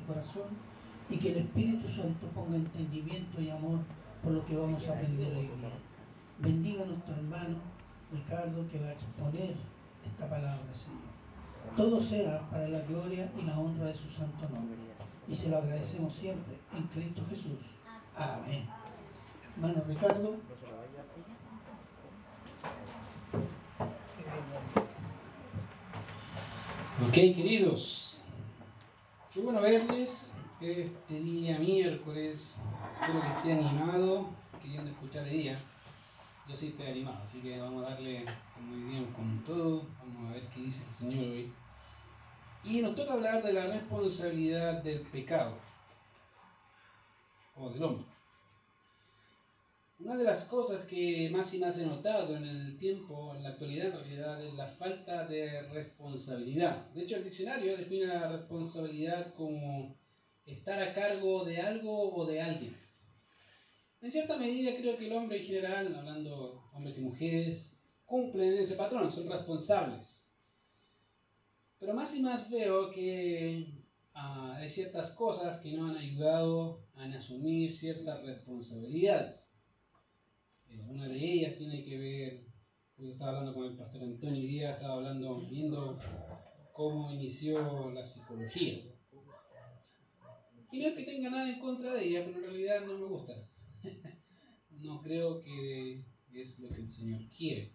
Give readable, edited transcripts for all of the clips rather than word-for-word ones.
tu corazón y que el Espíritu Santo ponga entendimiento y amor por lo que vamos a aprender hoy día. Bendiga a nuestro hermano Ricardo que va a exponer esta palabra, Señor. Todo sea para la gloria y la honra de su santo nombre. Y se lo agradecemos siempre en Cristo Jesús. Amén. Hermano Ricardo. Ok, queridos, qué bueno verles este día miércoles. Espero que estén animados, queriendo escuchar el día. Yo sí estoy animado, así que vamos a darle muy bien con todo. Vamos a ver qué dice el Señor hoy. Y nos toca hablar de la responsabilidad del pecado o del hombre. Una de las cosas que más y más he notado en el tiempo, en la actualidad en realidad, es la falta de responsabilidad. De hecho, el diccionario define la responsabilidad como estar a cargo de algo o de alguien. En cierta medida creo que el hombre en general, hablando hombres y mujeres, cumplen ese patrón, son responsables. Pero más y más veo que hay ciertas cosas que no han ayudado a asumir ciertas responsabilidades. Una de ellas tiene que ver, yo estaba hablando con el pastor Antonio hoy día, viendo cómo inició la psicología. Y no es que tenga nada en contra de ella, pero en realidad no me gusta. No creo que es lo que el Señor quiere.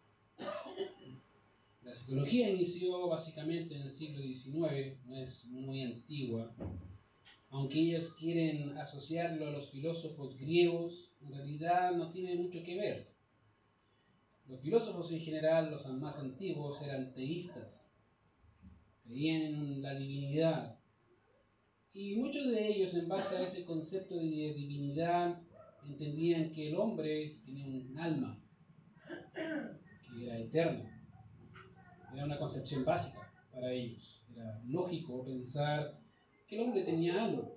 La psicología inició básicamente en el siglo XIX, no es muy antigua. Aunque ellos quieren asociarlo a los filósofos griegos, en realidad no tiene mucho que ver. Los filósofos en general, los más antiguos, eran teístas, creían en la divinidad. Y muchos de ellos, en base a ese concepto de divinidad, entendían que el hombre tenía un alma, que era eterna. Era una concepción básica para ellos. Era lógico pensar que el hombre tenía alma.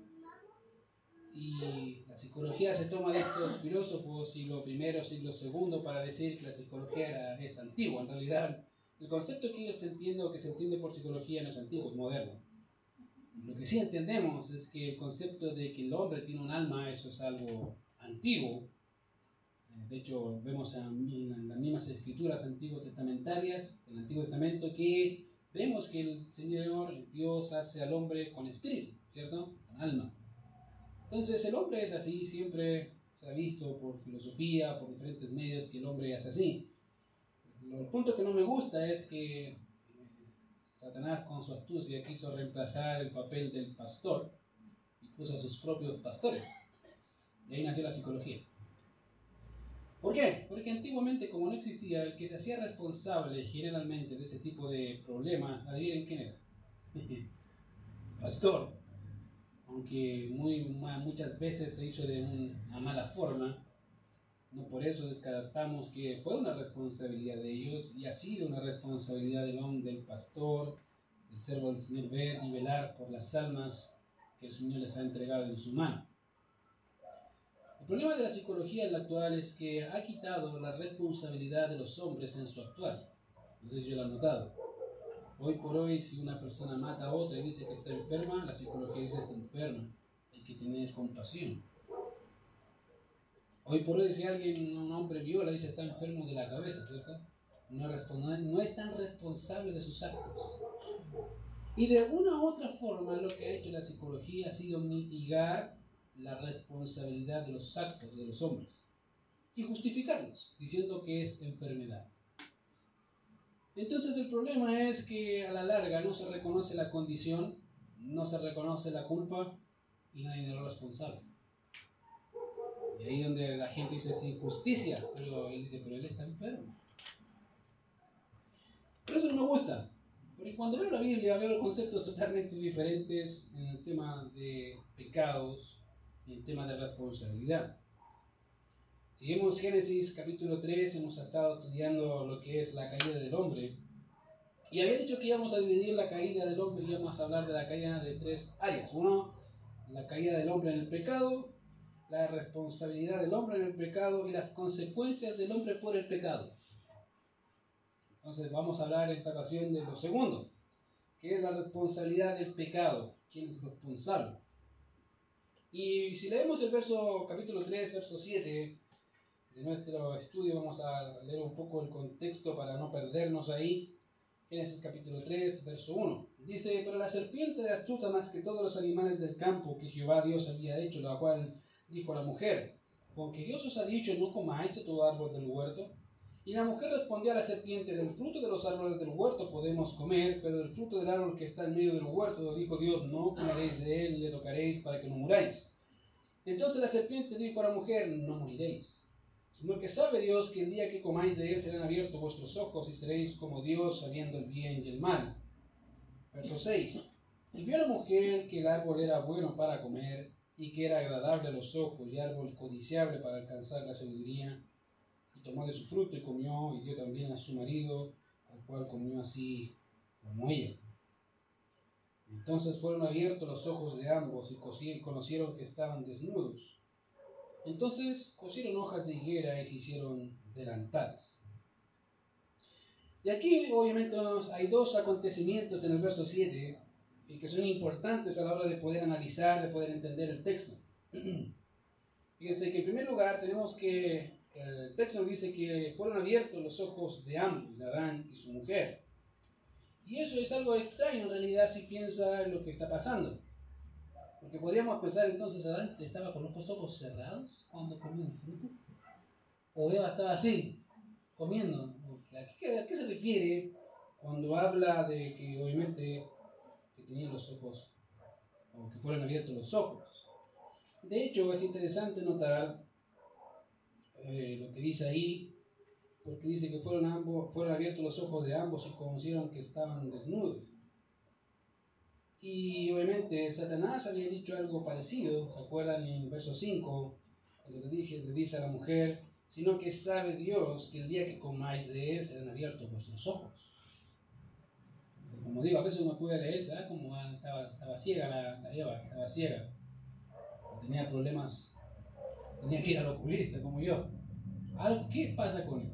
Y la psicología se toma de estos filósofos siglo I, siglo II para decir que la psicología es antigua. En realidad, el concepto que ellos entienden o que se entiende por psicología no es antiguo, es moderno. Lo que sí entendemos es que el concepto de que el hombre tiene un alma, eso es algo antiguo. De hecho, vemos en las mismas escrituras antiguo testamentarias, en el Antiguo Testamento, que vemos que el Señor, Dios, hace al hombre con espíritu, ¿cierto? Con alma. Entonces el hombre es así, siempre se ha visto por filosofía, por diferentes medios que el hombre es así. El punto que no me gusta es que Satanás con su astucia quiso reemplazar el papel del pastor y puso a sus propios pastores. Y ahí nació la psicología. ¿Por qué? Porque antiguamente, como no existía, el que se hacía responsable generalmente de ese tipo de problemas, adivinen quién era. Pastor. Aunque muchas veces se hizo de una mala forma, no por eso descartamos que fue una responsabilidad de ellos y ha sido una responsabilidad del hombre, del pastor, del siervo del Señor, ver y velar por las almas que el Señor les ha entregado en su mano. El problema de la psicología en la actual es que ha quitado la responsabilidad de los hombres en su actual. No sé si yo lo he notado. Hoy por hoy, si una persona mata a otra y dice que está enferma, la psicología dice que está enferma. Hay que tener compasión. Hoy por hoy, si alguien, un hombre viola, dice está enfermo de la cabeza, ¿cierto? No es tan responsable de sus actos. Y de una u otra forma, lo que ha hecho la psicología ha sido mitigar la responsabilidad de los actos de los hombres y justificarlos, diciendo que es enfermedad. Entonces el problema es que a la larga no se reconoce la condición, no se reconoce la culpa y nadie es responsable. Y ahí donde la gente dice es injusticia, pero él dice, pero él está enfermo. Pero eso no me gusta, porque cuando veo la Biblia veo conceptos totalmente diferentes en el tema de pecados y en el tema de responsabilidad. Si vemos Génesis capítulo 3, hemos estado estudiando lo que es la caída del hombre. Y había dicho que íbamos a dividir la caída del hombre y íbamos a hablar de la caída de tres áreas. Uno, la caída del hombre en el pecado, la responsabilidad del hombre en el pecado y las consecuencias del hombre por el pecado. Entonces vamos a hablar en esta ocasión de lo segundo, que es la responsabilidad del pecado. quién es responsable. Y si leemos el capítulo 3, verso 7 de nuestro estudio, vamos a leer un poco el contexto para no perdernos ahí. Génesis capítulo 3, verso 1. Dice: pero la serpiente era astuta más que todos los animales del campo que Jehová Dios había hecho, la cual dijo a la mujer: ¿con que Dios os ha dicho, no comáis de todo árbol del huerto? Y la mujer respondió a la serpiente: del fruto de los árboles del huerto podemos comer, pero del fruto del árbol que está en medio del huerto, dijo Dios, no comeréis de él, ni le tocaréis, para que no muráis. Entonces la serpiente dijo a la mujer: no moriréis, sino que sabe Dios que el día que comáis de él serán abiertos vuestros ojos y seréis como Dios, sabiendo el bien y el mal. Verso 6. Y vio la mujer que el árbol era bueno para comer, y que era agradable a los ojos, y árbol codiciable para alcanzar la sabiduría. Y tomó de su fruto y comió, y dio también a su marido, al cual comió así como ella. Entonces fueron abiertos los ojos de ambos, y conocieron que estaban desnudos. Entonces cosieron hojas de higuera y se hicieron delantales. Y aquí obviamente hay dos acontecimientos en el verso 7 que son importantes a la hora de poder analizar, de poder entender el texto. Fíjense que en primer lugar tenemos que el texto nos dice que fueron abiertos los ojos de ambos, de Adán y su mujer. Y eso es algo extraño en realidad si piensa en lo que está pasando. Porque podríamos pensar entonces, Adán estaba con los ojos cerrados cuando comió el fruto. O Eva estaba así, comiendo. ¿A qué se refiere cuando habla de que obviamente que tenían los ojos, o que fueron abiertos los ojos? De hecho, es interesante notar lo que dice ahí, porque dice que fueron abiertos los ojos de ambos y conocieron que estaban desnudos. Y obviamente Satanás había dicho algo parecido, ¿se acuerdan en el verso 5? Cuando le dice a la mujer: sino que sabe Dios que el día que comáis de él serán abiertos vuestros ojos. Como digo, a veces uno puede leer, ¿sabes? Como estaba ciega la Eva, estaba ciega. Tenía problemas, tenía que ir al oculista como yo. ¿Qué pasa con él?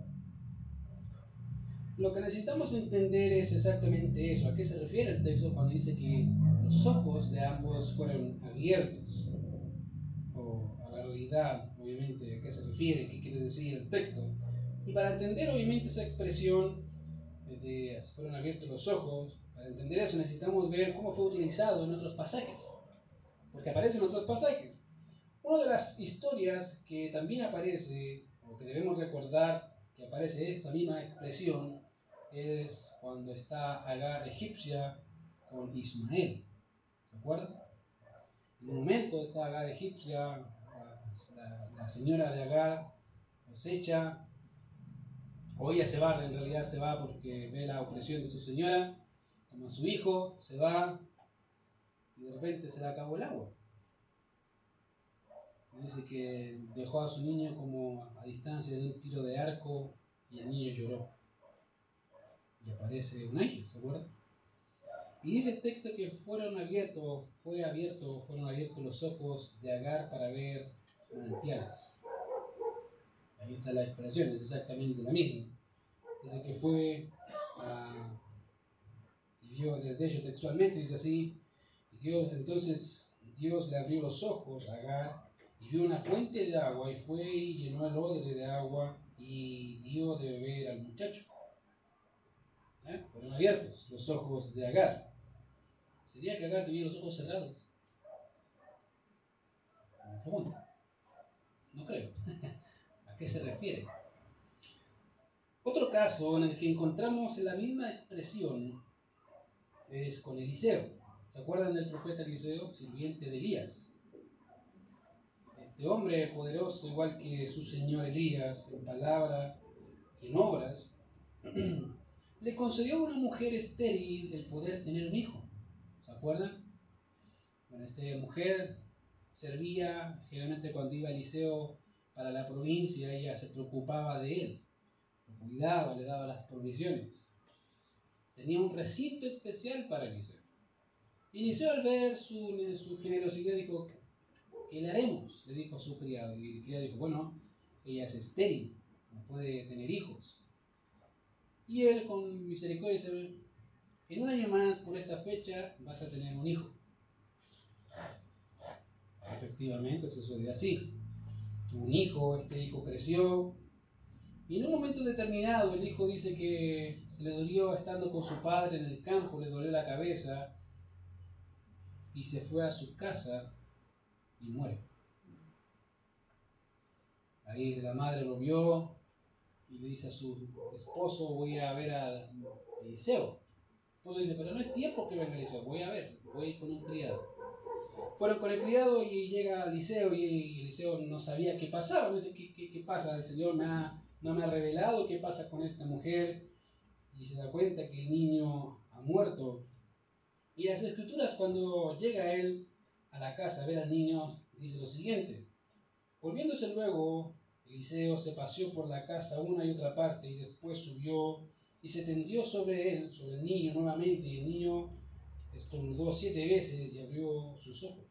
Lo que necesitamos entender es exactamente eso. ¿A qué se refiere el texto cuando dice que los ojos de ambos fueron abiertos? O a la realidad, obviamente, ¿a qué se refiere? ¿Qué quiere decir el texto? Y para entender, obviamente, esa expresión de fueron abiertos los ojos, para entender eso necesitamos ver cómo fue utilizado en otros pasajes. Porque aparece en otros pasajes. Una de las historias que también aparece, o que debemos recordar que aparece esa misma expresión, es cuando está Agar egipcia con Ismael. ¿Se acuerdan? En un momento está Agar egipcia, la señora de Agar cosecha, o ella se va, en realidad se va porque ve la opresión de su señora, como a su hijo, se va y de repente se le acabó el agua. Dice que dejó a su niño como a distancia de un tiro de arco y el niño lloró. Y aparece un ángel, ¿se acuerdan? Y dice el texto que fueron abiertos los ojos de Agar para ver manantiales. Ahí está la expresión, es exactamente la misma. Dice que fue y vio, de hecho textualmente dice así: entonces Dios le abrió los ojos a Agar y vio una fuente de agua, y fue y llenó el odre de agua y dio de beber al muchacho. Fueron abiertos los ojos de Agar. ¿Sería que Agar tenía los ojos cerrados? Me pregunto. No creo. ¿A qué se refiere? Otro caso en el que encontramos la misma expresión es con Eliseo. ¿Se acuerdan del profeta Eliseo, sirviente de Elías? Este hombre poderoso, igual que su señor Elías, en palabra y en obras, le concedió a una mujer estéril el poder tener un hijo. ¿Se acuerdan? Bueno, esta mujer servía, generalmente cuando iba Eliseo para la provincia, ella se preocupaba de él, lo cuidaba, le daba las provisiones. Tenía un recinto especial para Eliseo. Eliseo, al ver su generosidad, dijo: ¿qué le haremos? Le dijo a su criado. Y el criado dijo: bueno, ella es estéril, no puede tener hijos. Y él, con misericordia, dice: en un año más, por esta fecha, vas a tener un hijo. efectivamente sucedió así. Tuvo un hijo, este hijo creció, y en un momento determinado el hijo dice que se le dolió estando con su padre en el campo, le dolió la cabeza, y se fue a su casa y muere. Ahí la madre lo vio y le dice a su esposo, voy a ver a Eliseo. El esposo dice, pero no es tiempo que venga Eliseo, voy a ver, voy con un criado. Fueron con el criado y llega Eliseo y Eliseo no sabía qué pasaba. Dice, ¿qué pasa? El Señor no me ha revelado qué pasa con esta mujer. Y se da cuenta que el niño ha muerto. Y las escrituras, cuando llega él a la casa a ver al niño, dice lo siguiente. Volviéndose luego, Eliseo se paseó por la casa una y otra parte y después subió y se tendió sobre él, sobre el niño nuevamente, y el niño estornudó 7 veces y abrió sus ojos.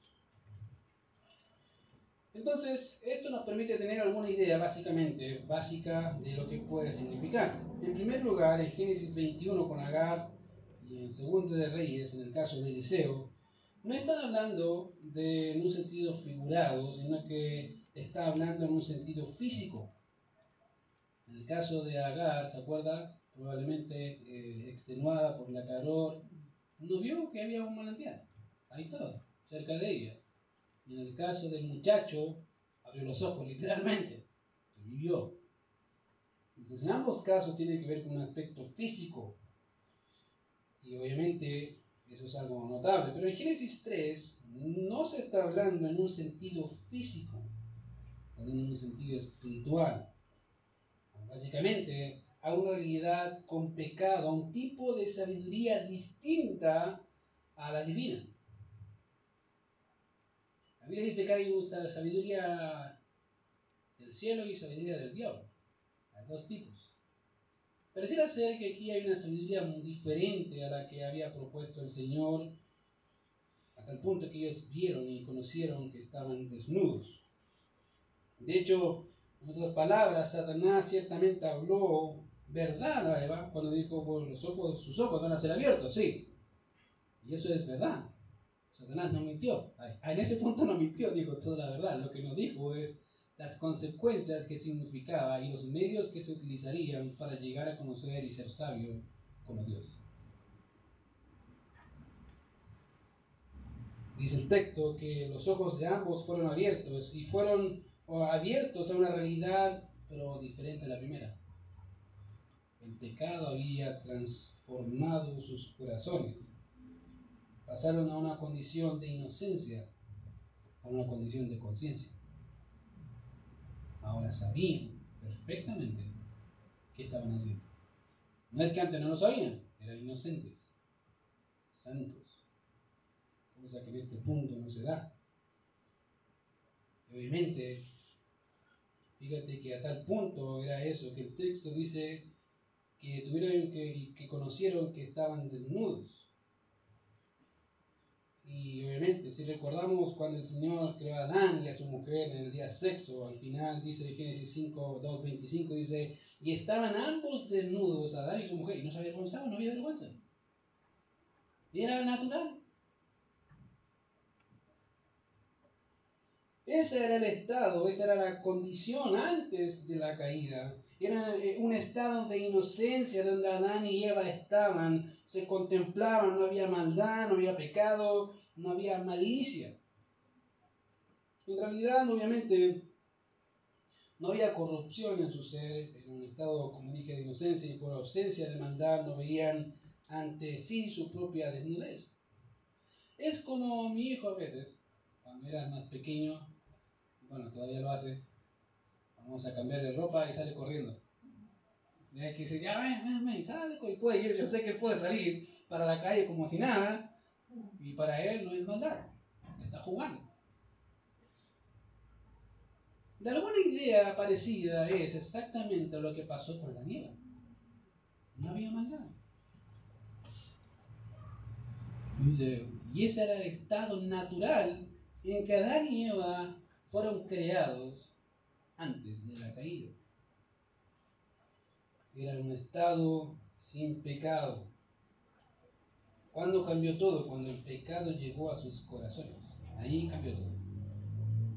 Entonces, esto nos permite tener alguna idea básica de lo que puede significar. En primer lugar, en Génesis 21 con Agar y en Segunda de Reyes, en el caso de Eliseo, no están hablando en un sentido figurado, sino que está hablando en un sentido físico. En el caso de Agar, ¿se acuerda? Probablemente extenuada por la calor, no vio que había un manantial. Ahí estaba, cerca de ella. Y en el caso del muchacho, abrió los ojos, literalmente, y vivió. Entonces, en ambos casos tiene que ver con un aspecto físico. Y obviamente eso es algo notable. Pero en Génesis 3 no se está hablando en un sentido físico, sino en un sentido espiritual. Básicamente, a una realidad con pecado, a un tipo de sabiduría distinta a la divina. La Biblia dice que hay sabiduría del cielo y sabiduría del diablo. Hay dos tipos. Pareciera ser que aquí hay una sabiduría muy diferente a la que había propuesto el Señor, hasta el punto que ellos vieron y conocieron que estaban desnudos. De hecho, en otras palabras, Satanás ciertamente habló verdad a Eva cuando dijo, bueno, sus ojos van a ser abiertos, sí. Y eso es verdad. Satanás no mintió. En ese punto no mintió, dijo toda la verdad. Lo que no dijo es las consecuencias que significaba y los medios que se utilizarían para llegar a conocer y ser sabio como Dios. Dice el texto que los ojos de ambos fueron abiertos y fueron abiertos a una realidad pero diferente a la primera. El pecado había transformado sus corazones. Pasaron a una condición de inocencia a una condición de conciencia. Ahora sabían perfectamente qué estaban haciendo. No es que antes no lo sabían, eran inocentes, santos, cosa que en este punto no se da. Y obviamente, fíjate que a tal punto era eso, que el texto dice que tuvieron que conocieron que estaban desnudos. Y obviamente, si recordamos cuando el Señor creó a Adán y a su mujer en el día sexto, al final dice de Génesis 5, 2, 25, dice, y estaban ambos desnudos, Adán y su mujer, y no se avergonzaban, no había vergüenza. Y era natural. Ese era el estado, esa era la condición antes de la caída. Era un estado de inocencia donde Adán y Eva estaban, se contemplaban, no había maldad, no había pecado, no había malicia. En realidad, obviamente, no había corrupción en su ser, en un estado, como dije, de inocencia, y por ausencia de maldad no veían ante sí su propia desnudez. Es como mi hijo a veces, cuando era más pequeño, bueno, todavía lo hace, vamos a cambiar de ropa y sale corriendo. Y hay que decir, ya ven, sale, y puede ir, yo sé que puede salir para la calle como si nada, y para él no es maldad, está jugando. De alguna idea parecida es exactamente lo que pasó con la nieve. No había maldad. Y ese era el estado natural en que Adán y Eva fueron creados antes de la caída. Era un estado sin pecado. ¿Cuándo cambió todo? Cuando el pecado llegó a sus corazones. Ahí cambió todo.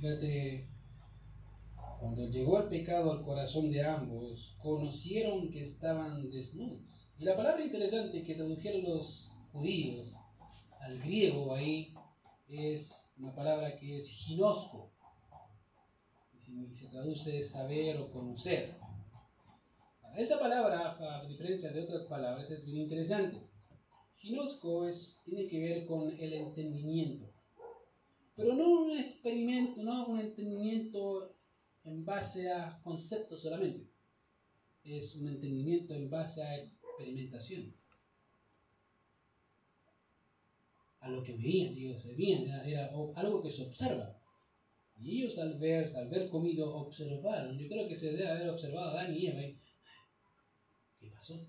Fíjate, cuando llegó el pecado al corazón de ambos, conocieron que estaban desnudos. Y la palabra interesante que tradujeron los judíos al griego ahí es una palabra que es ginosco. Y se traduce saber o conocer. Esa palabra, a diferencia de otras palabras, es bien interesante. Ginosco tiene que ver con el entendimiento. Pero no un experimento, no un entendimiento en base a conceptos solamente. Es un entendimiento en base a experimentación. A lo que veían, ellos veían, era algo que se observa. Y ellos al ver comido, observaron. Yo creo que se debe haber observado a Adán y Eva. ¿Qué pasó?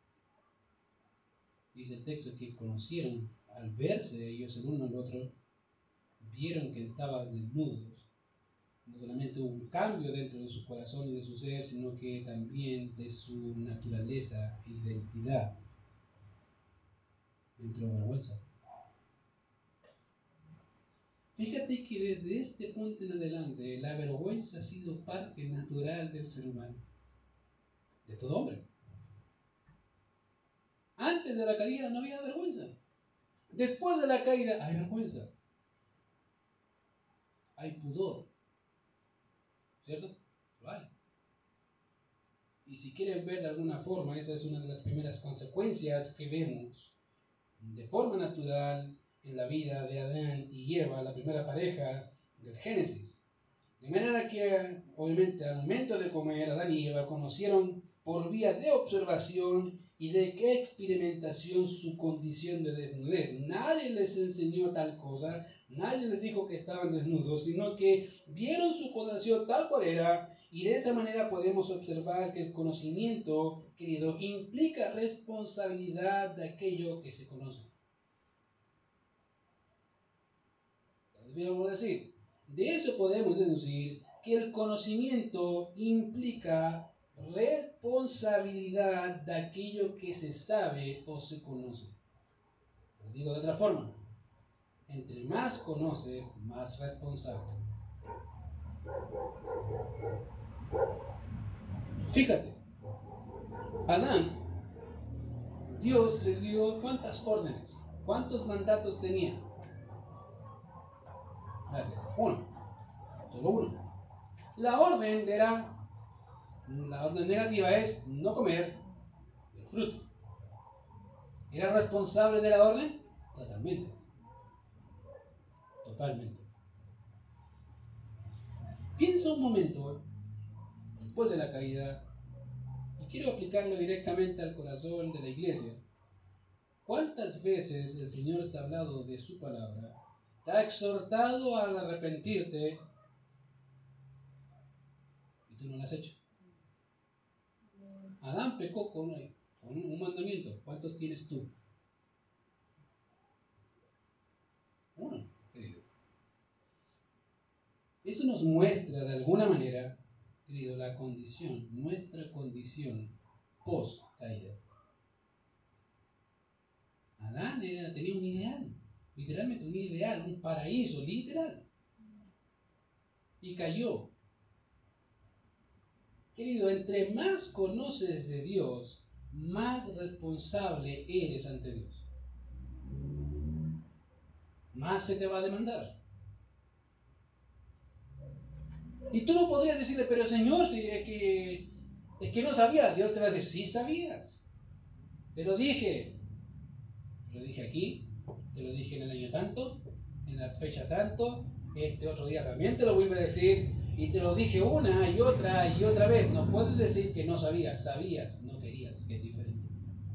Dice el texto que conocieron, al verse ellos el uno al otro, vieron que estaban desnudos. No solamente hubo un cambio dentro de su corazón y de su ser, sino que también de su naturaleza e identidad. Entró vergüenza. Fíjate que desde este punto en adelante la vergüenza ha sido parte natural del ser humano, de todo hombre. Antes de la caída no había vergüenza. Después de la caída hay vergüenza. Hay pudor. ¿Cierto? Lo hay. Y si quieren ver de alguna forma, esa es una de las primeras consecuencias que vemos de forma natural en la vida de Adán y Eva, la primera pareja del Génesis. De manera que, obviamente, al momento de comer, Adán y Eva conocieron por vía de observación y de qué experimentación su condición de desnudez. Nadie les enseñó tal cosa, nadie les dijo que estaban desnudos, sino que vieron su condición tal cual era, y de esa manera podemos observar que el conocimiento, querido, implica responsabilidad de aquello que se conoce. Debemos decir, de eso podemos deducir que el conocimiento implica responsabilidad de aquello que se sabe o se conoce. Lo digo de otra forma, entre más conoces, más responsable. Fíjate, Adán, Dios le dio ¿cuántas órdenes? ¿Cuántos mandatos tenía? Gracias. Uno. Solo uno. La orden negativa es no comer el fruto. ¿Era responsable de la orden? Totalmente. Totalmente. Piensa un momento, después de la caída, y quiero aplicarlo directamente al corazón de la iglesia. ¿Cuántas veces el Señor te ha hablado de su palabra? Te ha exhortado al arrepentirte y tú no lo has hecho. Adán pecó con un mandamiento. ¿Cuántos tienes tú? Uno, querido. Eso nos muestra de alguna manera, querido, nuestra condición post-caída. Adán tenía un ideal, literalmente un ideal, un paraíso, literal. Y cayó. Querido, entre más conoces de Dios, más responsable eres ante Dios. Más se te va a demandar. Y tú no podrías decirle, pero Señor, es que no sabía. Dios te va a decir, sí sabías. Te lo dije aquí, te lo dije en el año tanto, en la fecha tanto, este otro día también te lo vuelvo a decir, y te lo dije una y otra vez. No puedes decir que no sabías, no querías, que es diferente.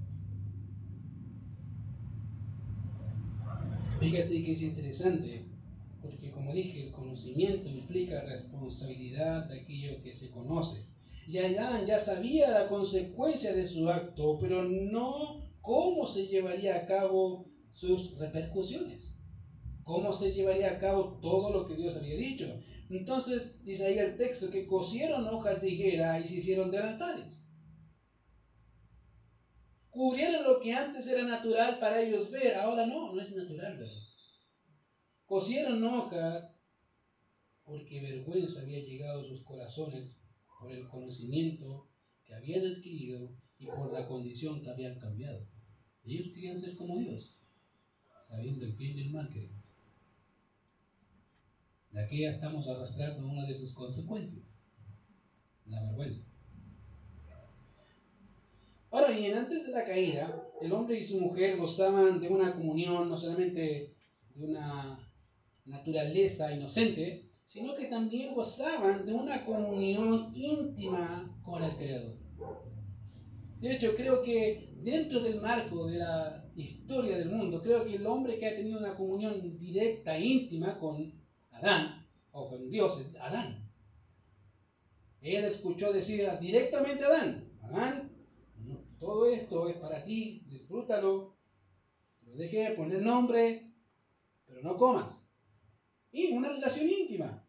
Fíjate que es interesante, porque como dije, el conocimiento implica responsabilidad de aquello que se conoce. Y Adán ya sabía la consecuencia de su acto, pero no cómo se llevaría a cabo sus repercusiones. Cómo se llevaría a cabo todo lo que Dios había dicho. Entonces, dice ahí el texto, que cosieron hojas de higuera y se hicieron delantales. Cubrieron lo que antes era natural para ellos ver, ahora no es natural verlo. Cosieron hojas porque vergüenza había llegado a sus corazones por el conocimiento que habían adquirido y por la condición que habían cambiado. Ellos querían ser como Dios, sabiendo el bien y el mal que es. De aquí ya estamos arrastrando una de sus consecuencias, la vergüenza. Ahora bien, antes de la caída, el hombre y su mujer gozaban de una comunión, no solamente de una naturaleza inocente, sino que también gozaban de una comunión íntima con el Creador. De hecho, creo que dentro del marco de la historia del mundo, creo que el hombre que ha tenido una comunión directa e íntima con Adán, o con Dios, es Adán. Él escuchó decir directamente a Adán, Adán, todo esto es para ti, disfrútalo, lo dejé poner nombre, pero no comas. Y una relación íntima.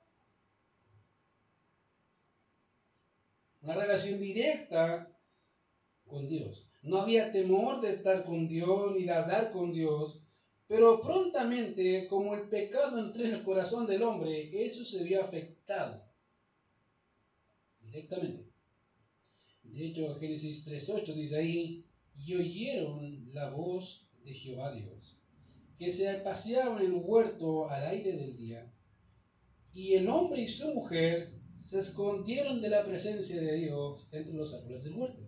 Una relación directa con Dios. No había temor de estar con Dios ni de hablar con Dios, pero prontamente, como el pecado entró en el corazón del hombre, eso se vio afectado directamente. De hecho, Génesis 3:8 dice ahí, y oyeron la voz de Jehová Dios, que se paseaba en el huerto al aire del día, y el hombre y su mujer se escondieron de la presencia de Dios entre los árboles del huerto.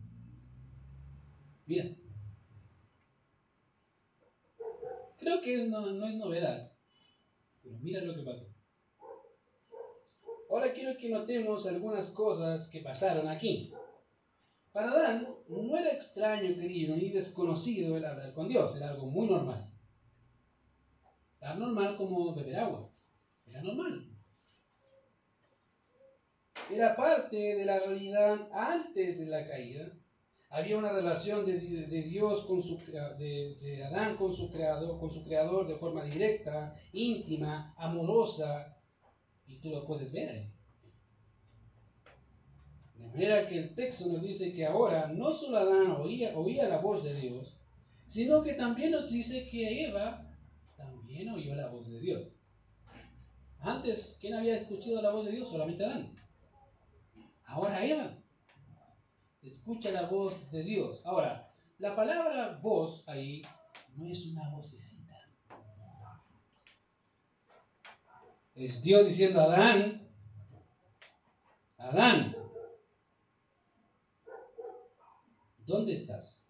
Mira, creo que no es novedad, pero mira lo que pasó. Ahora quiero que notemos algunas cosas que pasaron aquí. Para Adán no era extraño, querido, ni desconocido el hablar con Dios, era algo muy normal. Tan normal como beber agua, era normal. Era parte de la realidad antes de la caída. Había una relación de Dios de Adán con su creador de forma directa, íntima, amorosa, y tú lo puedes ver ahí. De manera que el texto nos dice que ahora no solo Adán oía la voz de Dios, sino que también nos dice que Eva también oyó la voz de Dios. Antes, ¿quién había escuchado la voz de Dios? Solamente Adán. Ahora Eva escucha la voz de Dios. Ahora, la palabra voz ahí no es una vocecita. Es Dios diciendo a Adán, Adán, ¿dónde estás?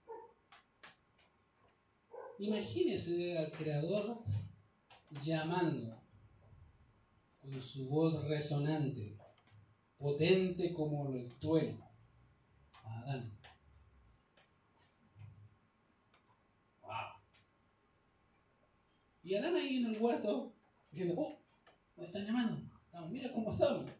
Imagínese al Creador llamando con su voz resonante, potente como el trueno, a Adán. ¡Wow! Y Adán ahí en el huerto diciendo, ¡oh! Me están llamando. Mira cómo estamos.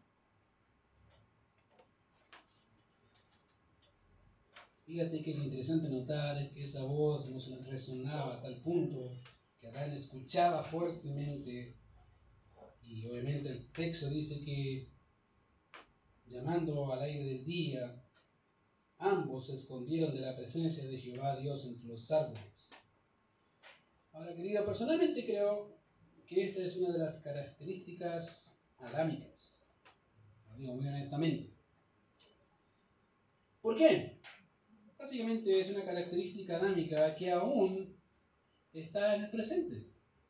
Fíjate que es interesante notar que esa voz nos resonaba a tal punto que Adán escuchaba fuertemente, y obviamente el texto dice que llamando al aire del día, ambos se escondieron de la presencia de Jehová Dios entre los árboles. Ahora, querido, personalmente creo que esta es una de las características adámicas. Lo digo muy honestamente. ¿Por qué? Básicamente es una característica adámica que aún está en el presente.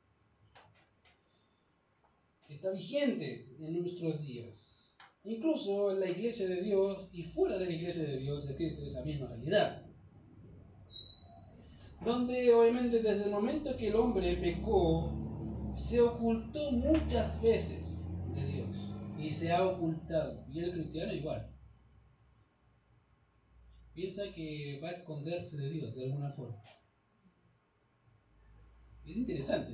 Está vigente en nuestros días. Incluso en la iglesia de Dios y fuera de la iglesia de Dios existe esa misma realidad. Donde obviamente desde el momento que el hombre pecó, se ocultó muchas veces de Dios. Y se ha ocultado. Y el cristiano igual. Piensa que va a esconderse de Dios de alguna forma. Es interesante.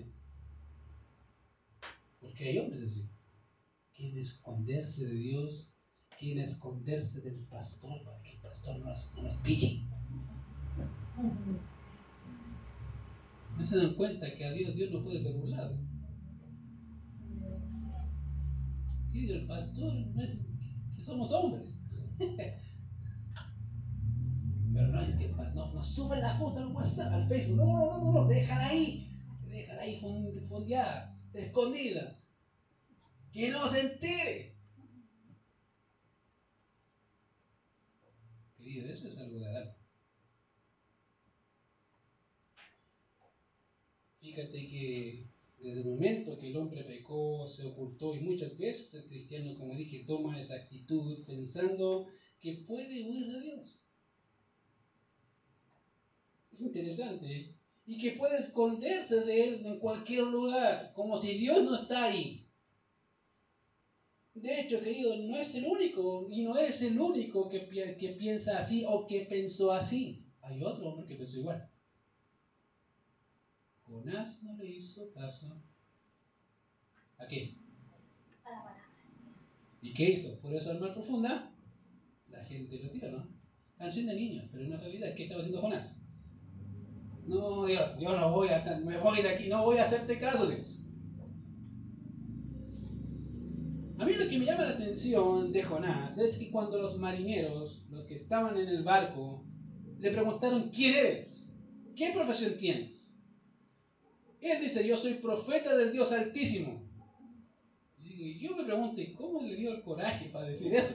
Porque hay hombres así. Quieren esconderse de Dios, quieren esconderse del pastor para que el pastor no nos pille. No se dan cuenta que a Dios no puede ser burlado. Y el pastor no es que somos hombres. Pero no es que no suben la foto al WhatsApp, al Facebook. No, déjala ahí fondeada, escondida. Que no se entere. Querido, eso es algo de Adán. Fíjate que desde el momento que el hombre pecó, se ocultó, y muchas veces el cristiano, como dije, toma esa actitud pensando que puede huir de Dios. Es interesante, ¿eh? Y que puede esconderse de Él en cualquier lugar, como si Dios no está ahí. De hecho, querido, no es el único, y no es el único que piensa así o que pensó así. Hay otro hombre que pensó igual. Jonás no le hizo caso. ¿A qué? A la palabra. ¿Y qué hizo? Por eso al mar profunda, la gente lo tira, ¿no? Canción de niños, pero en la realidad, ¿qué estaba haciendo Jonás? No, Dios, yo no voy a, me voy de aquí, no voy a hacerte caso, Dios. A mí lo que me llama la atención de Jonás es que cuando los marineros, los que estaban en el barco, le preguntaron, ¿quién eres? ¿Qué profesión tienes? Él dice, yo soy profeta del Dios Altísimo. Y yo me pregunto, ¿cómo le dio el coraje para decir eso?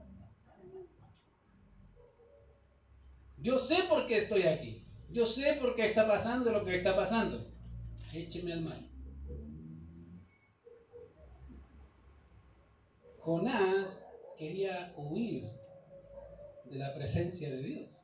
Yo sé por qué estoy aquí. Yo sé por qué está pasando lo que está pasando. Écheme al mar. Jonás quería huir de la presencia de Dios.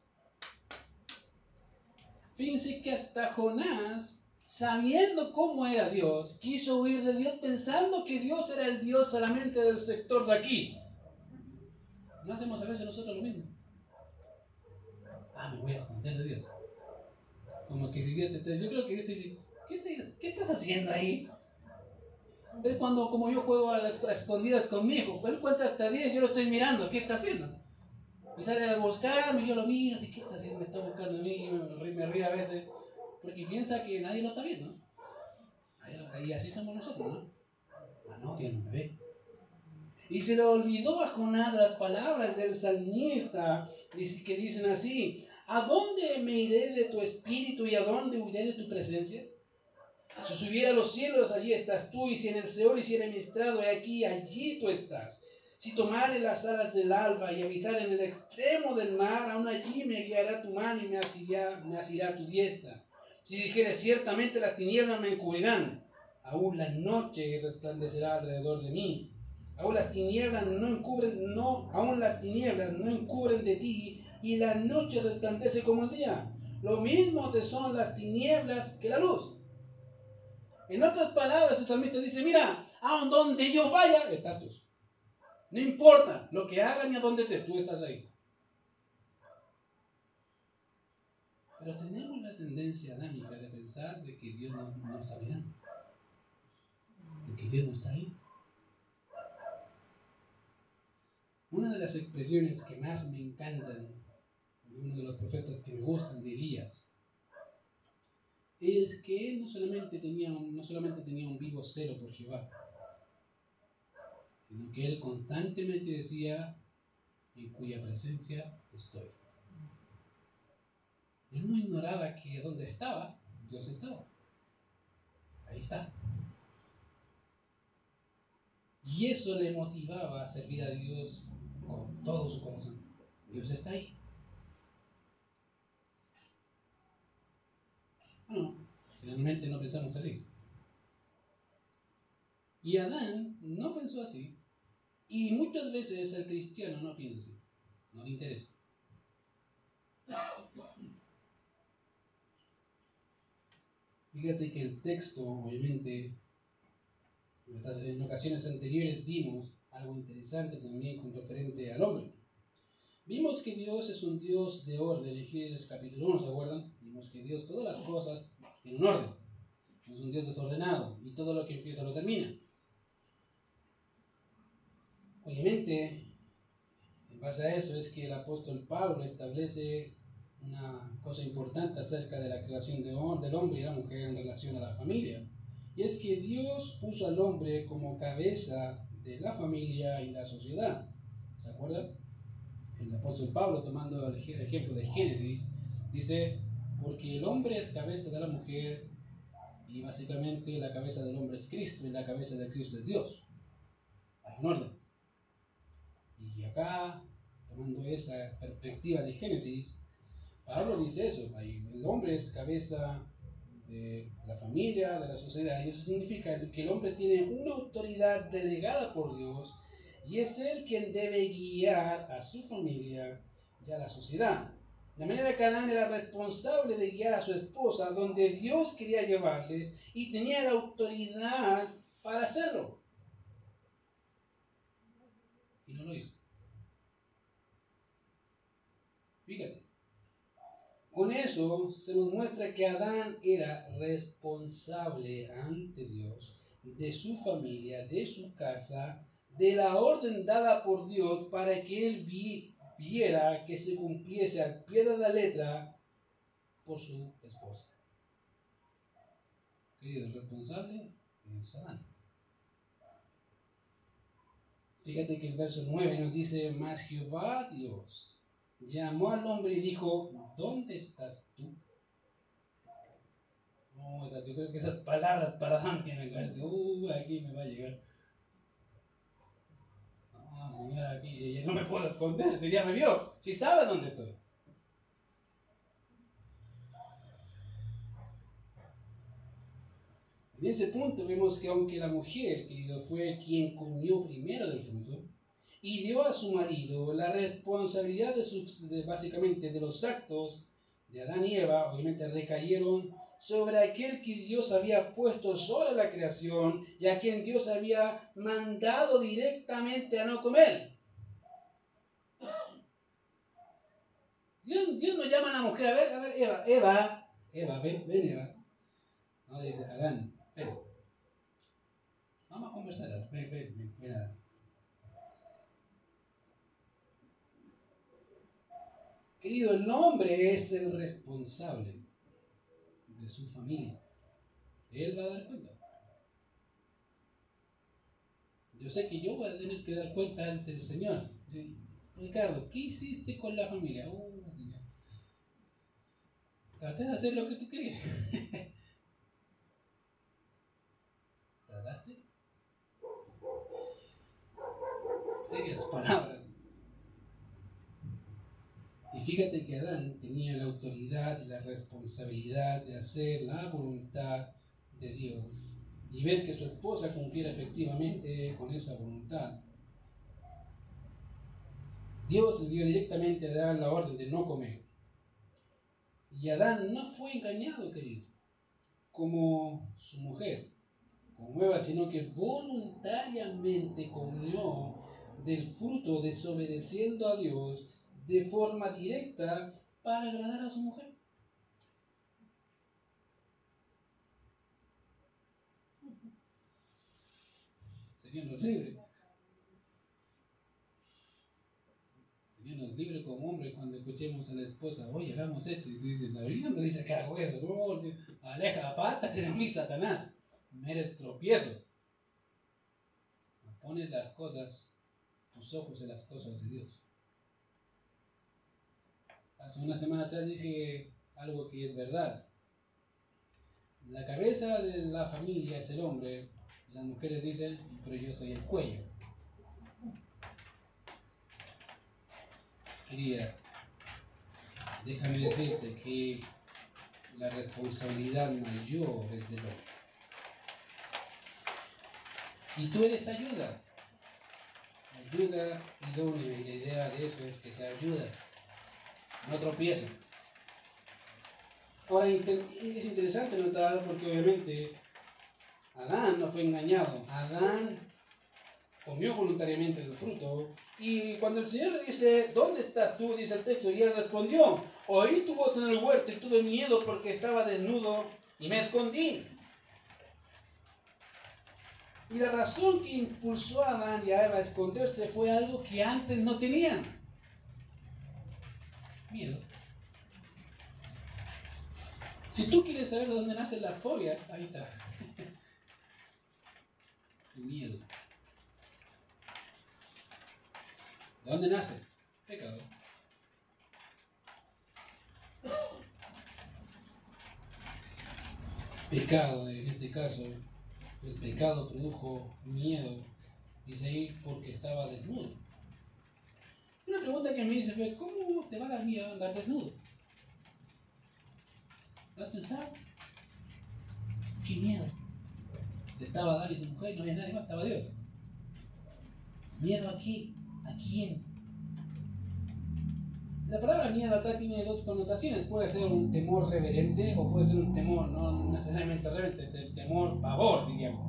Fíjense que hasta Jonás, sabiendo cómo era Dios, quiso huir de Dios pensando que Dios era el Dios solamente del sector de aquí. ¿No hacemos a veces nosotros lo mismo? Me voy a esconder de Dios. Como que si Dios te... Yo creo que Dios te dice, ¿qué estás haciendo ahí? Es cuando, como yo juego a las escondidas con mi hijo, él cuenta hasta 10, yo lo estoy mirando, ¿qué está haciendo? Y sale a buscarme, yo lo miro, así, ¿qué está haciendo? Me está buscando a mí, me río a veces, porque piensa que nadie lo está viendo. Y así somos nosotros, ¿no? No, Dios no me ve. Y se le olvidó a Jonás las palabras del salmista, que dicen así, ¿a dónde me iré de tu espíritu y a dónde huiré de tu presencia? Si subiera a los cielos, allí estás tú, y si en el Seol hiciera mi estrado, he aquí, allí tú estás. Si tomare las alas del alba y habitar en el extremo del mar, aún allí me guiará tu mano y me asirá tu diestra. Si dijere, ciertamente las tinieblas me encubrirán, aún la noche resplandecerá alrededor de mí. Aún las tinieblas no encubren de ti, y la noche resplandece como el día. Lo mismo te son las tinieblas que la luz. En otras palabras, el salmista dice, mira, a donde yo vaya, estás tú. No importa lo que hagan ni a dónde estés, tú estás ahí. Pero tenemos la tendencia adámica de pensar de que Dios no está mirando, de que Dios no está ahí. Una de las expresiones que más me encantan de uno de los profetas que me gustan, de Elías, es que él no solamente tenía un vivo celo por Jehová, sino que él constantemente decía, en cuya presencia estoy. Él no ignoraba que donde estaba, Dios estaba. Ahí está. Y eso le motivaba a servir a Dios con todo su corazón. Dios está ahí. Bueno, generalmente no pensamos así. Y Adán no pensó así. Y muchas veces el cristiano no piensa así. No le interesa. Fíjate que el texto, obviamente, en ocasiones anteriores vimos algo interesante también con referente al hombre. Vimos que Dios es un Dios de orden. En Génesis capítulo 1, ¿se acuerdan? Vimos que Dios, todas las cosas tienen un orden. No es un Dios desordenado y todo lo que empieza lo termina. Obviamente, en base a eso es que el apóstol Pablo establece una cosa importante acerca de la creación del hombre y la mujer en relación a la familia. Y es que Dios puso al hombre como cabeza de la familia y la sociedad. ¿Se acuerdan? El apóstol Pablo, tomando el ejemplo de Génesis, dice, porque el hombre es cabeza de la mujer y básicamente la cabeza del hombre es Cristo y la cabeza de Cristo es Dios. hay un orden. Y acá, tomando esa perspectiva de Génesis, Pablo dice eso, el hombre es cabeza de la familia, de la sociedad, y eso significa que el hombre tiene una autoridad delegada por Dios y es él quien debe guiar a su familia y a la sociedad. De manera que Adán era responsable de guiar a su esposa donde Dios quería llevarles y tenía la autoridad para hacerlo. Y no lo hizo. Fíjate. Con eso se nos muestra que Adán era responsable ante Dios de su familia, de su casa, de la orden dada por Dios para que él viera que se cumpliese al pie de la letra por su esposa. Querido, el responsable es Adán. Fíjate que el verso 9 nos dice, mas Jehová Dios llamó al hombre y dijo, ¿dónde estás tú? No, yo creo que esas palabras para Adán tienen que decir, aquí me va a llegar. No, señora, aquí no me puedo esconder, si ya me vio, si sabe dónde estoy. En ese punto vemos que aunque la mujer, querido, fue quien comió primero del fruto y dio a su marido la responsabilidad básicamente de los actos de Adán y Eva, obviamente recayeron sobre aquel que Dios había puesto sobre la creación y a quien Dios había mandado directamente a no comer. Dios no llama a la mujer, a ver, Eva, ven, Eva. No, dice, Adán, ven. Vamos a conversar, ven, Adán. Querido, el hombre es el responsable de su familia. Él va a dar cuenta. Yo sé que yo voy a tener que dar cuenta ante el Señor. ¿Sí? Ricardo, ¿qué hiciste con la familia? Señor. Traté de hacer lo que tú querías. ¿Trataste? Serias palabras. Y fíjate que Adán tenía la autoridad y la responsabilidad de hacer la voluntad de Dios y ver que su esposa cumpliera efectivamente con esa voluntad. Dios le dio directamente a Adán la orden de no comer. Y Adán no fue engañado, querido, como su mujer, como Eva, sino que voluntariamente comió del fruto desobedeciendo a Dios de forma directa para agradar a su mujer. Señor nos libre. Señor nos libre como hombre cuando escuchemos a la esposa, oye, hagamos esto. Y tú dices, la Biblia no dice que hago eso. No, aleja, apártate de mí, Satanás. Me eres tropiezo. Pones las cosas, tus ojos en las cosas de Dios. Hace una semana atrás dije algo que es verdad. La cabeza de la familia es el hombre. Las mujeres dicen, pero yo soy el cuello. Querida, déjame decirte que la responsabilidad mayor es del hombre. Y tú eres ayuda. Ayuda idónea. Y la idea de eso es que se ayuda. No tropieza. Ahora, es interesante notar porque obviamente Adán no fue engañado. Adán comió voluntariamente el fruto. Y cuando el Señor le dice, ¿dónde estás tú? Dice el texto. Y él respondió, oí tu voz en el huerto y tuve miedo porque estaba desnudo y me escondí. Y la razón que impulsó a Adán y a Eva a esconderse fue algo que antes no tenían. Miedo. Si tú quieres saber de dónde nacen las fobias, ahí está. Miedo. ¿De dónde nace? Pecado. Pecado, en este caso, el pecado produjo miedo Dice ahí, porque estaba desnudo. Una pregunta que me hice fue, ¿cómo te va a dar miedo andar desnudo? ¿Lo has pensado? ¡Qué miedo! Estaba Adán y su mujer y no había nadie más, estaba Dios. ¿Miedo a qué? ¿A quién? La palabra miedo acá tiene dos connotaciones. Puede ser un temor reverente o puede ser un temor no necesariamente reverente, temor, pavor, diríamos.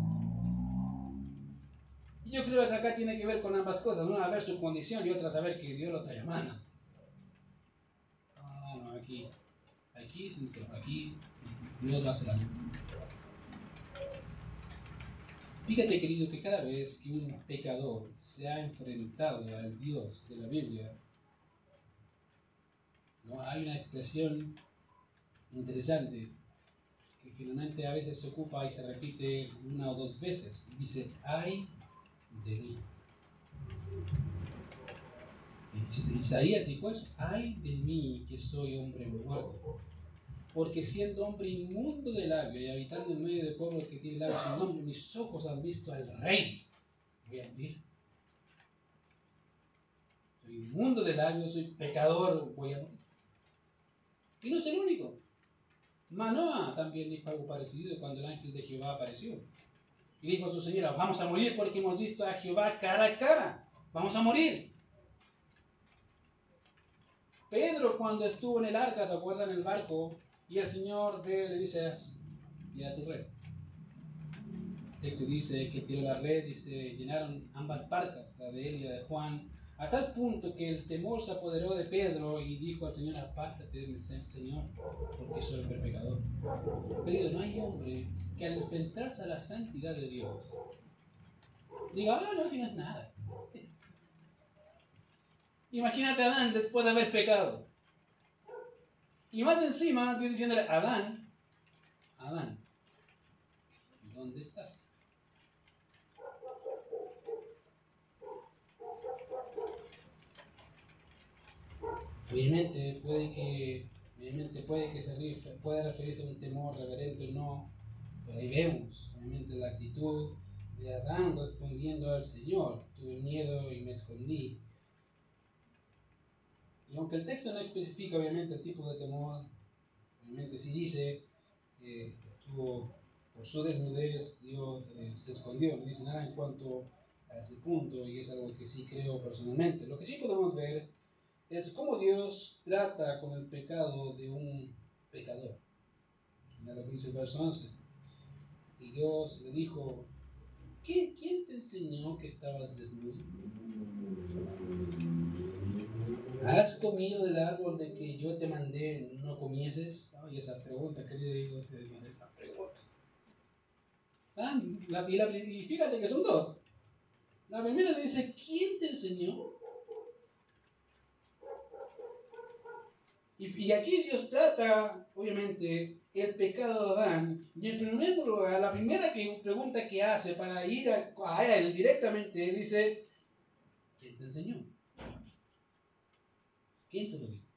Y yo creo que acá tiene que ver con ambas cosas. Una, ver su condición y otra, saber que Dios lo está llamando. No, aquí Dios va a hacer algo. Fíjate, querido, que cada vez que un pecador se ha enfrentado al Dios de la Biblia, ¿no? Hay una expresión interesante que finalmente a veces se ocupa y se repite una o dos veces. Dice, ay de mí. Isaías dijo eso, ay de mí que soy hombre muerto. Porque siendo hombre inmundo de labio y habitando en medio de pueblos que tienen labios sin nombre, mis ojos han visto al Rey. Voy a morir. Soy inmundo de labios, soy pecador, voy a morir. Y no es el único. Manoah también dijo algo parecido cuando el ángel de Jehová apareció. Y dijo a su señora, vamos a morir porque hemos visto a Jehová cara a cara. Vamos a morir. Pedro, cuando estuvo en el arca, ¿se acuerdan? En el barco, y el Señor le dice, ya tu red. El texto dice que tiró la red y se llenaron ambas barcas, la de él y la de Juan, a tal punto que el temor se apoderó de Pedro y dijo al Señor, apártate de mí, Señor, porque soy un pecador. Querido, no hay hombre que al enfrentarse a la santidad de Dios diga, no, si no es nada. Imagínate a Adán después de haber pecado. Y más encima, Dios diciéndole, Adán, ¿dónde estás? Obviamente puede que pueda referirse a un temor reverente o no, pero ahí vemos, obviamente, la actitud de Adán respondiendo al Señor. Tuve miedo y me escondí. Y aunque el texto no especifica obviamente el tipo de temor, obviamente sí dice que estuvo por su desnudez, Dios se escondió. No dice nada en cuanto a ese punto y es algo que sí creo personalmente. Lo que sí podemos ver es cómo Dios trata con el pecado de un pecador. Mira lo que dice el verso 11. Y Dios le dijo, ¿quién te enseñó que estabas desnudo? ¿Has comido del árbol de que yo te mandé no comieses? Y esa pregunta, querido Dios, esa pregunta. Y fíjate que son dos. La primera dice, ¿quién te enseñó? Y aquí Dios trata, obviamente, el pecado de Adán. Y en primer lugar, la primera pregunta que hace para ir a él directamente, dice, ¿quién te enseñó? ¿Quién te lo dijo?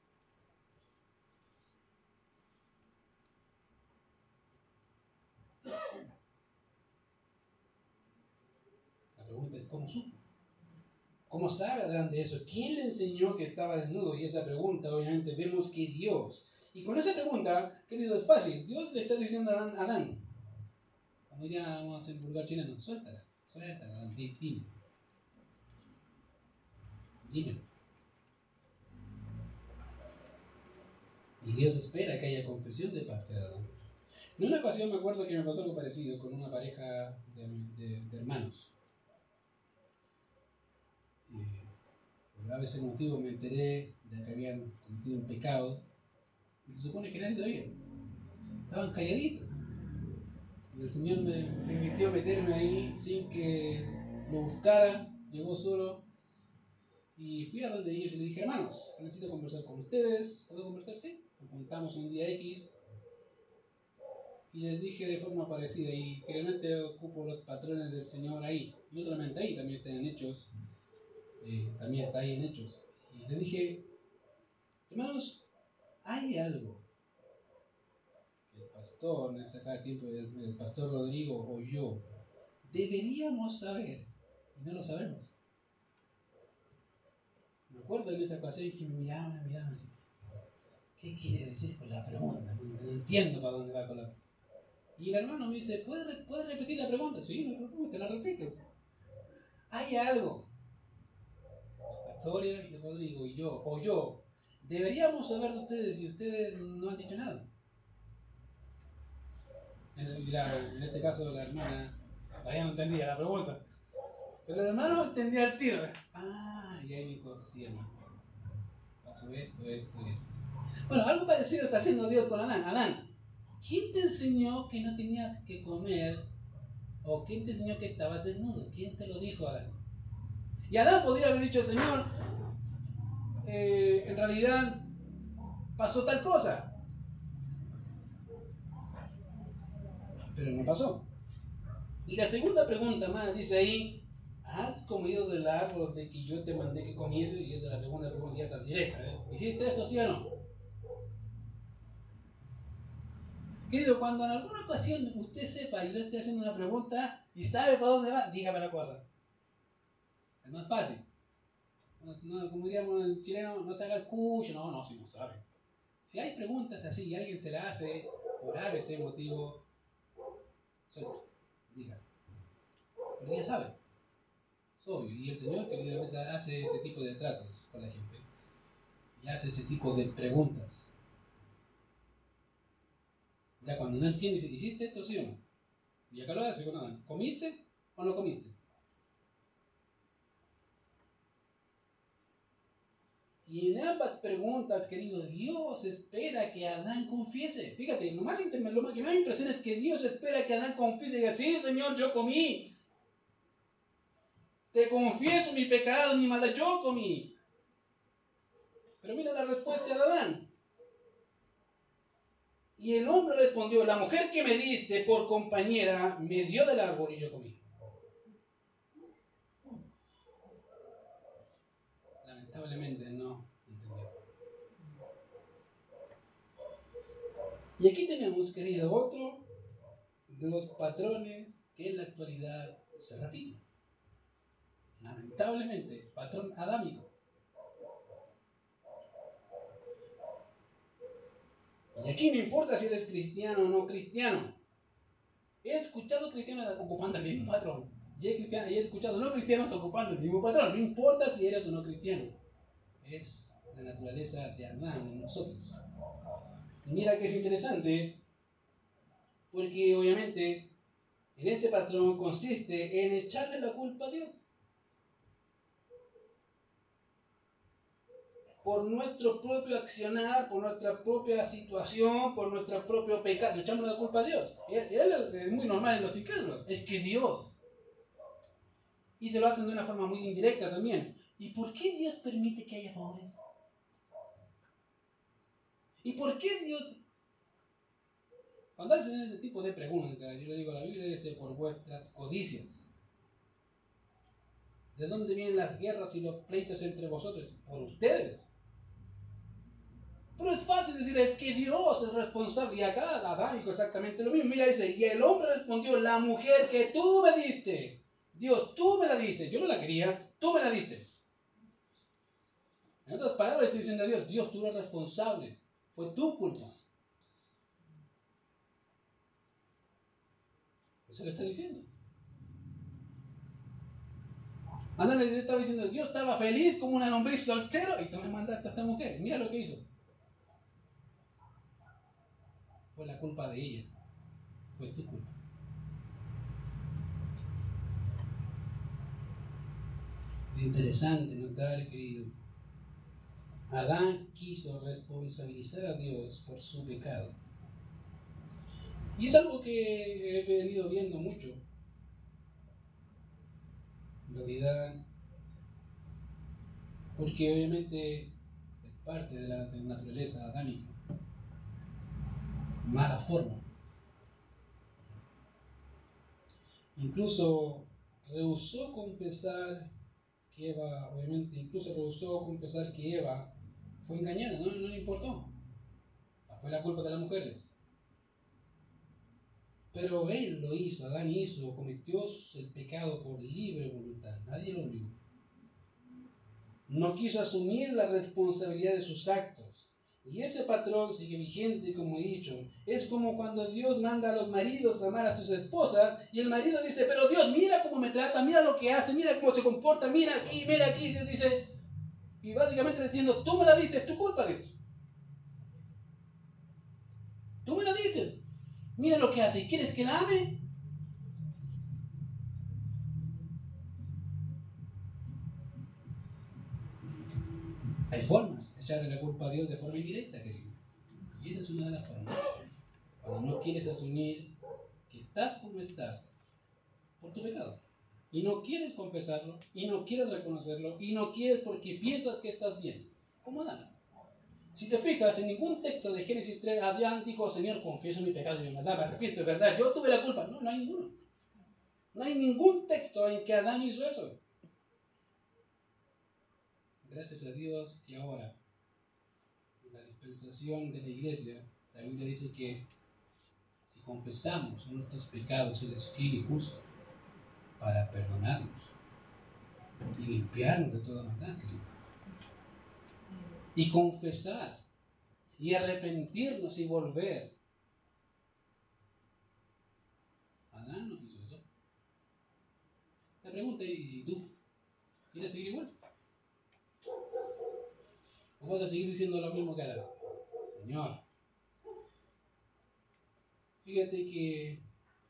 La pregunta es, ¿cómo supo? ¿Cómo sabe Adán de eso? ¿Quién le enseñó que estaba desnudo? Y esa pregunta, obviamente, vemos que Dios. Y con esa pregunta, querido, es fácil. Dios le está diciendo a Adán, como diríamos en vulgar chileno, suéltala, Adán, dime. Y Dios espera que haya confesión de parte de Adán. En una ocasión me acuerdo que me pasó algo parecido con una pareja de hermanos. Por grave motivo me enteré de que habían cometido un pecado. Y se supone que nadie sabía. Estaban calladitos. Y el Señor me permitió meterme ahí sin que lo buscara. Llegó solo. Y fui a donde ellos y le dije, hermanos, necesito conversar con ustedes. ¿Puedo conversar? Sí. Nos juntamos un día X. Y les dije de forma parecida, y realmente ocupo los patrones del Señor ahí. No solamente ahí, también está en Hechos. También está ahí en Hechos. Y les dije, hermanos, hay algo que el pastor, en ese tiempo, el pastor Rodrigo o yo, deberíamos saber Y no lo sabemos. Me acuerdo en esa ocasión que me miraban, así. ¿Qué quiere decir con la pregunta? No entiendo para dónde va con la... Y el hermano me dice, ¿puedes repetir la pregunta? Sí, no te preocupes, te la repito. Hay algo. La Historia y Rodrigo y yo, deberíamos saber de ustedes y ustedes no han dicho nada. En este caso la hermana todavía no entendía la pregunta. Pero el hermano entendía el tiro. Ah, y ahí dijo, sí, hermano. Pasó esto. Bueno, algo parecido está haciendo Dios con Adán. Adán, ¿quién te enseñó que no tenías que comer? ¿O quién te enseñó que estabas desnudo? ¿Quién te lo dijo, Adán? Y Adán podría haber dicho, Señor, en realidad pasó tal cosa. Pero no pasó. Y la segunda pregunta más dice ahí, ¿has comido del árbol de que yo te mandé que comieses? Y esa es la segunda pregunta, ya está directa. ¿Hiciste esto, sí o no? Querido, cuando en alguna ocasión usted sepa y yo esté haciendo una pregunta y sabe para dónde va, dígame la cosa. Es más fácil. No, como diríamos en chileno, no se haga el cucho. No, si no sabe. Si hay preguntas así y alguien se la hace por ABC motivo, suelto, diga. Pero ya sabe. Es obvio. Y el Señor, querido, a veces hace ese tipo de tratos con la gente. Y hace ese tipo de preguntas. Ya cuando no entiende, dice, ¿hiciste esto sí o no? Y acá lo hace con nada. ¿Comiste o no comiste? Y en ambas preguntas, querido, Dios espera que Adán confiese. Fíjate, lo que más me impresiona es que Dios espera que Adán confiese y diga, sí, Señor, yo comí. Te confieso mi pecado, mi maldad, yo comí. Pero mira la respuesta de Adán. Y el hombre respondió, la mujer que me diste por compañera me dio del árbol y yo comí. Lamentablemente no entendió. Y aquí tenemos, querido, otro de los patrones que en la actualidad se repiten. Lamentablemente, patrón adámico. Y aquí no importa si eres cristiano o no cristiano. He escuchado cristianos ocupando el mismo patrón. Y he escuchado no cristianos ocupando el mismo patrón. No importa si eres o no cristiano. Es la naturaleza de Adán en nosotros. Y mira que es interesante, porque obviamente en este patrón consiste en echarle la culpa a Dios. Por nuestro propio accionar, por nuestra propia situación, por nuestro propio pecado. Le echamos la culpa a Dios. Es muy normal en los incrédulos. Es que Dios. Y te lo hacen de una forma muy indirecta también. ¿Y por qué Dios permite que haya pobres? ¿Y por qué Dios... Cuando hacen ese tipo de preguntas, yo le digo, la Biblia dice, por vuestras codicias. ¿De dónde vienen las guerras y los pleitos entre vosotros? Por ustedes. Pero es fácil decir, es que Dios es responsable. Y acá Adán dijo exactamente lo mismo. Mira, dice, y el hombre respondió, la mujer que tú me diste. Dios, tú me la diste. Yo no la quería, tú me la diste. En otras palabras, estoy diciendo a Dios, Dios, tú eres responsable. Fue tu culpa. Eso le está diciendo. Adán le estaba diciendo, Dios estaba feliz como una lombriz soltero y tú me mandaste a esta mujer. Mira lo que hizo. Fue la culpa de ella. Fue tu culpa. Es interesante notar, querido. Adán quiso responsabilizar a Dios por su pecado. Y es algo que he venido viendo mucho. En realidad, porque obviamente es parte de la naturaleza adámica. Mala forma. Incluso rehusó confesar que Eva, obviamente, incluso rehusó confesar que Eva fue engañada, no le importó. Fue la culpa de las mujeres. Pero él lo hizo, Adán hizo, cometió el pecado por libre voluntad. Nadie lo obligó. No quiso asumir la responsabilidad de sus actos. Y ese patrón sigue vigente, como he dicho. Es como cuando Dios manda a los maridos a amar a sus esposas y el marido dice, pero Dios, mira cómo me trata, mira lo que hace, mira cómo se comporta, mira aquí, mira aquí. Y Dios dice, y básicamente diciendo, tú me la diste, es tu culpa, Dios. Tú me la diste. Mira lo que hace. ¿Y quieres que la ame? Hay formas de echarle la culpa a Dios de forma indirecta, querido. Y esa es una de las formas. Cuando no quieres asumir que estás como estás por tu pecado. Y no quieres confesarlo, y no quieres reconocerlo, y no quieres porque piensas que estás bien. Como Adán. Si te fijas, en ningún texto de Génesis 3, Adán dijo, Señor, confieso mi pecado y mi maldad, me arrepiento, es verdad, yo tuve la culpa. No, no hay ninguno. No hay ningún texto en que Adán hizo eso. Gracias a Dios, y ahora, en la dispensación de la iglesia, la Biblia dice que si confesamos nuestros pecados, Él es fiel y justo para perdonarnos y limpiarnos de toda maldad. Y confesar y arrepentirnos y volver. Adán no hizo eso. La pregunta es, ¿y si tú quieres seguir igual? ¿O vas a seguir diciendo lo mismo que Adán? Señor, fíjate que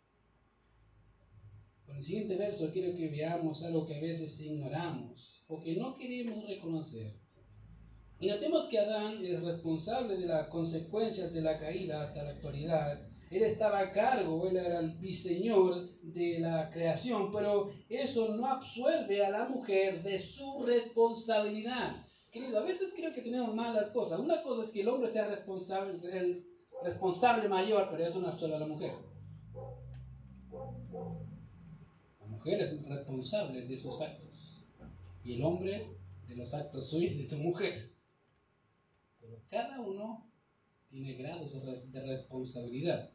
con el siguiente verso quiero que veamos algo que a veces ignoramos o que no queremos reconocer. Y notemos que Adán es responsable de las consecuencias de la caída hasta la actualidad. Él estaba a cargo, él era el diseñador de la creación, pero eso no absuelve a la mujer de su responsabilidad. Querido, a veces creo que tenemos mal las cosas. Una cosa es que el hombre sea responsable, el responsable mayor, pero eso no absuelve a la mujer. La mujer es responsable de sus actos y el hombre de los actos suyos de su mujer. Pero cada uno tiene grados de responsabilidad.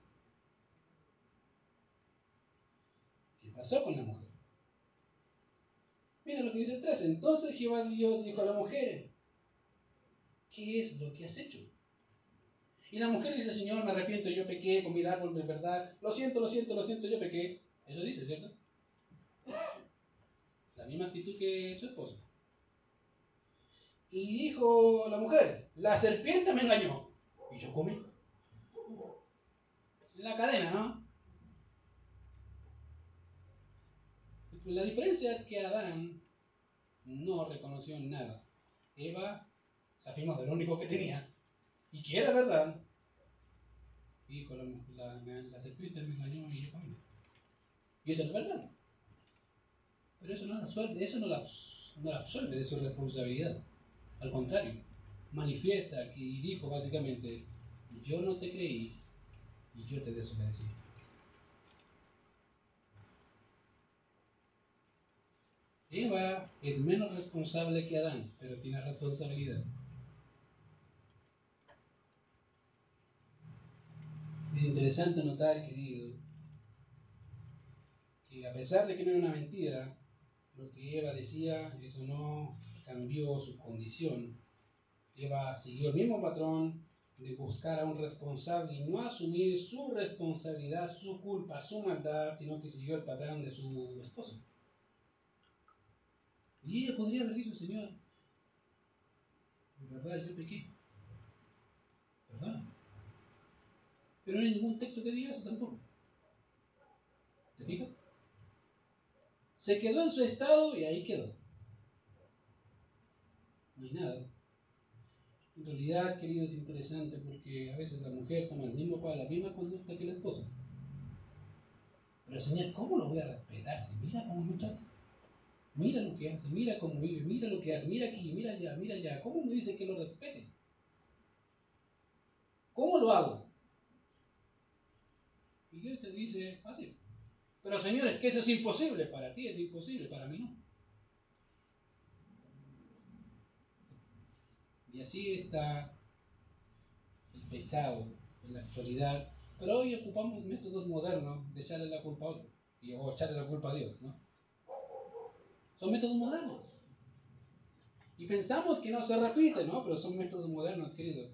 ¿Qué pasó con la mujer? Mira lo que dice el 13. Entonces Jehová Dios dijo a la mujer, ¿qué es lo que has hecho? Y la mujer dice, Señor, me arrepiento, yo pequé, comí el árbol de verdad. Lo siento, yo pequé. Eso dice, ¿cierto? La misma actitud que su esposo. Y dijo la mujer, la serpiente me engañó. Y yo comí. La cadena, ¿no? La diferencia es que Adán no reconoció nada. Eva se afirmó de lo único que tenía y que era verdad. Y dijo, la serpiente me engañó y yo comí. Y eso es verdad. Pero eso no la absuelve, no la absuelve de su responsabilidad. Al contrario, manifiesta y dijo básicamente, yo no te creí y yo te desobedecí. Eva es menos responsable que Adán, pero tiene responsabilidad. Es interesante notar, querido, que a pesar de que no era una mentira, lo que Eva decía, eso no cambió su condición. Eva siguió el mismo patrón de buscar a un responsable y no asumir su responsabilidad, su culpa, su maldad, sino que siguió el patrón de su esposo. Y ella podría haber dicho, Señor, de verdad yo pequé, ¿verdad? Pero no hay ningún texto que diga eso tampoco. ¿Te fijas? Se quedó en su estado y ahí quedó. No hay nada. En realidad, querido, es interesante porque a veces la mujer toma la misma conducta que la esposa. Pero Señor, ¿cómo lo voy a respetar? Si mira cómo me trata. Mira lo que hace, mira cómo vive, mira lo que hace, mira aquí, mira allá, mira allá. ¿Cómo me dice que lo respete? ¿Cómo lo hago? Y Dios te dice, fácil. Pero Señor, es que eso es imposible. Para ti es imposible, para mí no. Y así está el pecado en la actualidad, Pero hoy ocupamos métodos modernos de echarle la culpa a otro, o echarle la culpa a Dios, ¿no? Son métodos modernos. Y pensamos que no se repite, ¿no? Pero son métodos modernos, queridos.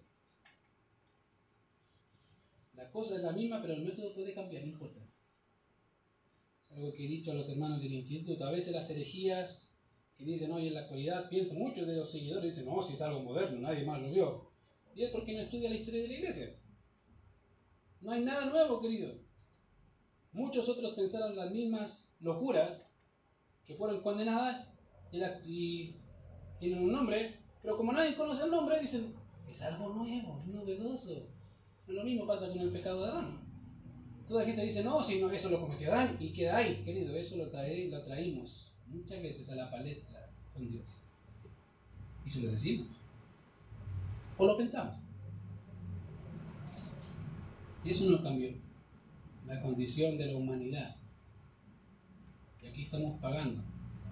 La cosa es la misma, pero el método puede cambiar, no importa. Es algo que he dicho a los hermanos del instituto. A veces las herejías que dicen hoy en la actualidad, piensan muchos de los seguidores, dicen, no, si es algo moderno, nadie más lo vio. Y es porque no estudia la historia de la iglesia. No hay nada nuevo, querido. Muchos otros pensaron las mismas locuras que fueron condenadas y tienen un nombre, pero como nadie conoce el nombre, dicen, es algo nuevo, es novedoso. Lo mismo pasa con el pecado de Adán. Toda la gente dice, no, si no, eso lo cometió Adán y queda ahí, querido, eso lo traímos muchas veces a la palestra con Dios. Y se lo decimos. O lo pensamos. Y eso no cambió la condición de la humanidad. Y aquí estamos pagando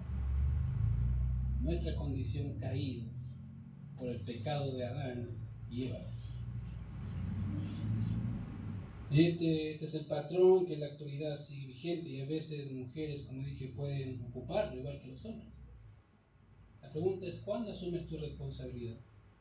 nuestra condición caída por el pecado de Adán y Eva. Este es el patrón que en la actualidad sigue vigente y a veces mujeres, como dije, pueden ocuparlo igual que los hombres. La pregunta es, ¿cuándo asumes tu responsabilidad?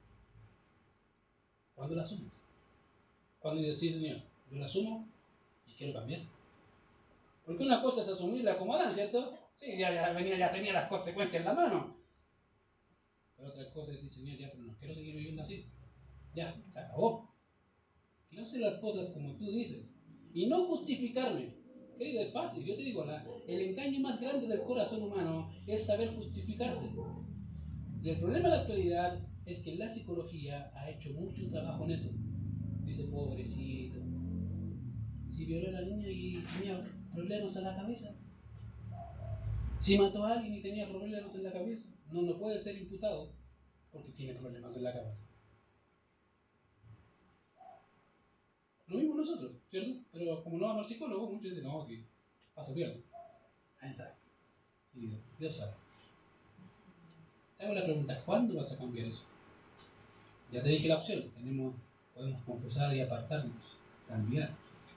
¿Cuándo la asumes? ¿Cuándo decís, Señor, yo la asumo y quiero cambiar? Porque una cosa es asumirla como Adán, ¿cierto? Sí, ya tenía las consecuencias en la mano. Pero otra cosa es decir, Señor, ya, pero no quiero seguir viviendo así. Ya, se acabó. Quiero hacer las cosas como tú dices. Y no justificarme. Querido, es fácil. Yo te digo, el engaño más grande del corazón humano es saber justificarse. Y el problema de la actualidad es que la psicología ha hecho mucho trabajo en eso. Dice, pobrecito. Si violó a la niña y tenía problemas en la cabeza. Si mató a alguien y tenía problemas en la cabeza. No puede ser imputado porque tiene problemas en la cabeza. Lo mismo nosotros, ¿cierto? Pero como no vamos al psicólogo, muchos dicen, no, sí, pasa bien. Nadie sabe. Y Dios sabe. Te hago la pregunta, ¿cuándo vas a cambiar eso? Ya te dije la opción, podemos confesar y apartarnos, cambiar.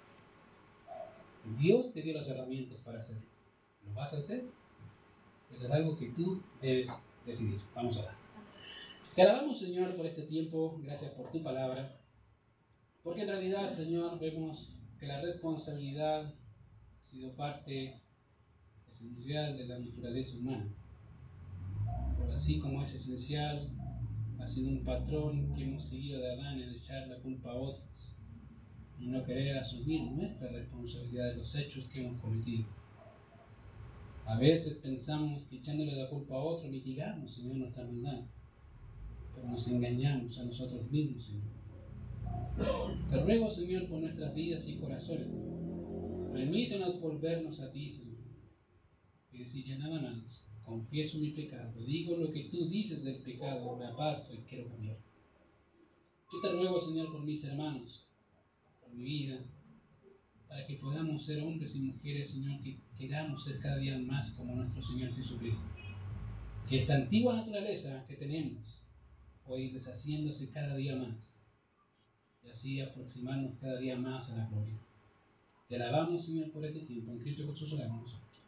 Dios te dio las herramientas para hacerlo. ¿Lo vas a hacer? Eso es algo que tú debes decidir. Vamos a orar. Te alabamos, Señor, por este tiempo. Gracias por tu palabra. Porque en realidad, Señor, vemos que la responsabilidad ha sido parte esencial de la naturaleza humana. Pero así como es esencial, ha sido un patrón que hemos seguido de Adán en echar la culpa a otros y no querer asumir nuestra responsabilidad de los hechos que hemos cometido. A veces pensamos que echándole la culpa a otro mitigamos, Señor, nuestra maldad, pero nos engañamos a nosotros mismos, Señor. Te ruego, Señor, por nuestras vidas y corazones, permítanos volvernos a ti, Señor, y decir ya nada más. Confieso mi pecado, digo lo que tú dices del pecado, me aparto y quiero cambiar. Yo te ruego, Señor, por mis hermanos, por mi vida, para que podamos ser hombres y mujeres, Señor, que queramos ser cada día más como nuestro Señor Jesucristo. Que esta antigua naturaleza que tenemos pueda ir deshaciéndose cada día más y así aproximarnos cada día más a la gloria. Te alabamos, Señor, por este tiempo. En Cristo Jesús oramos.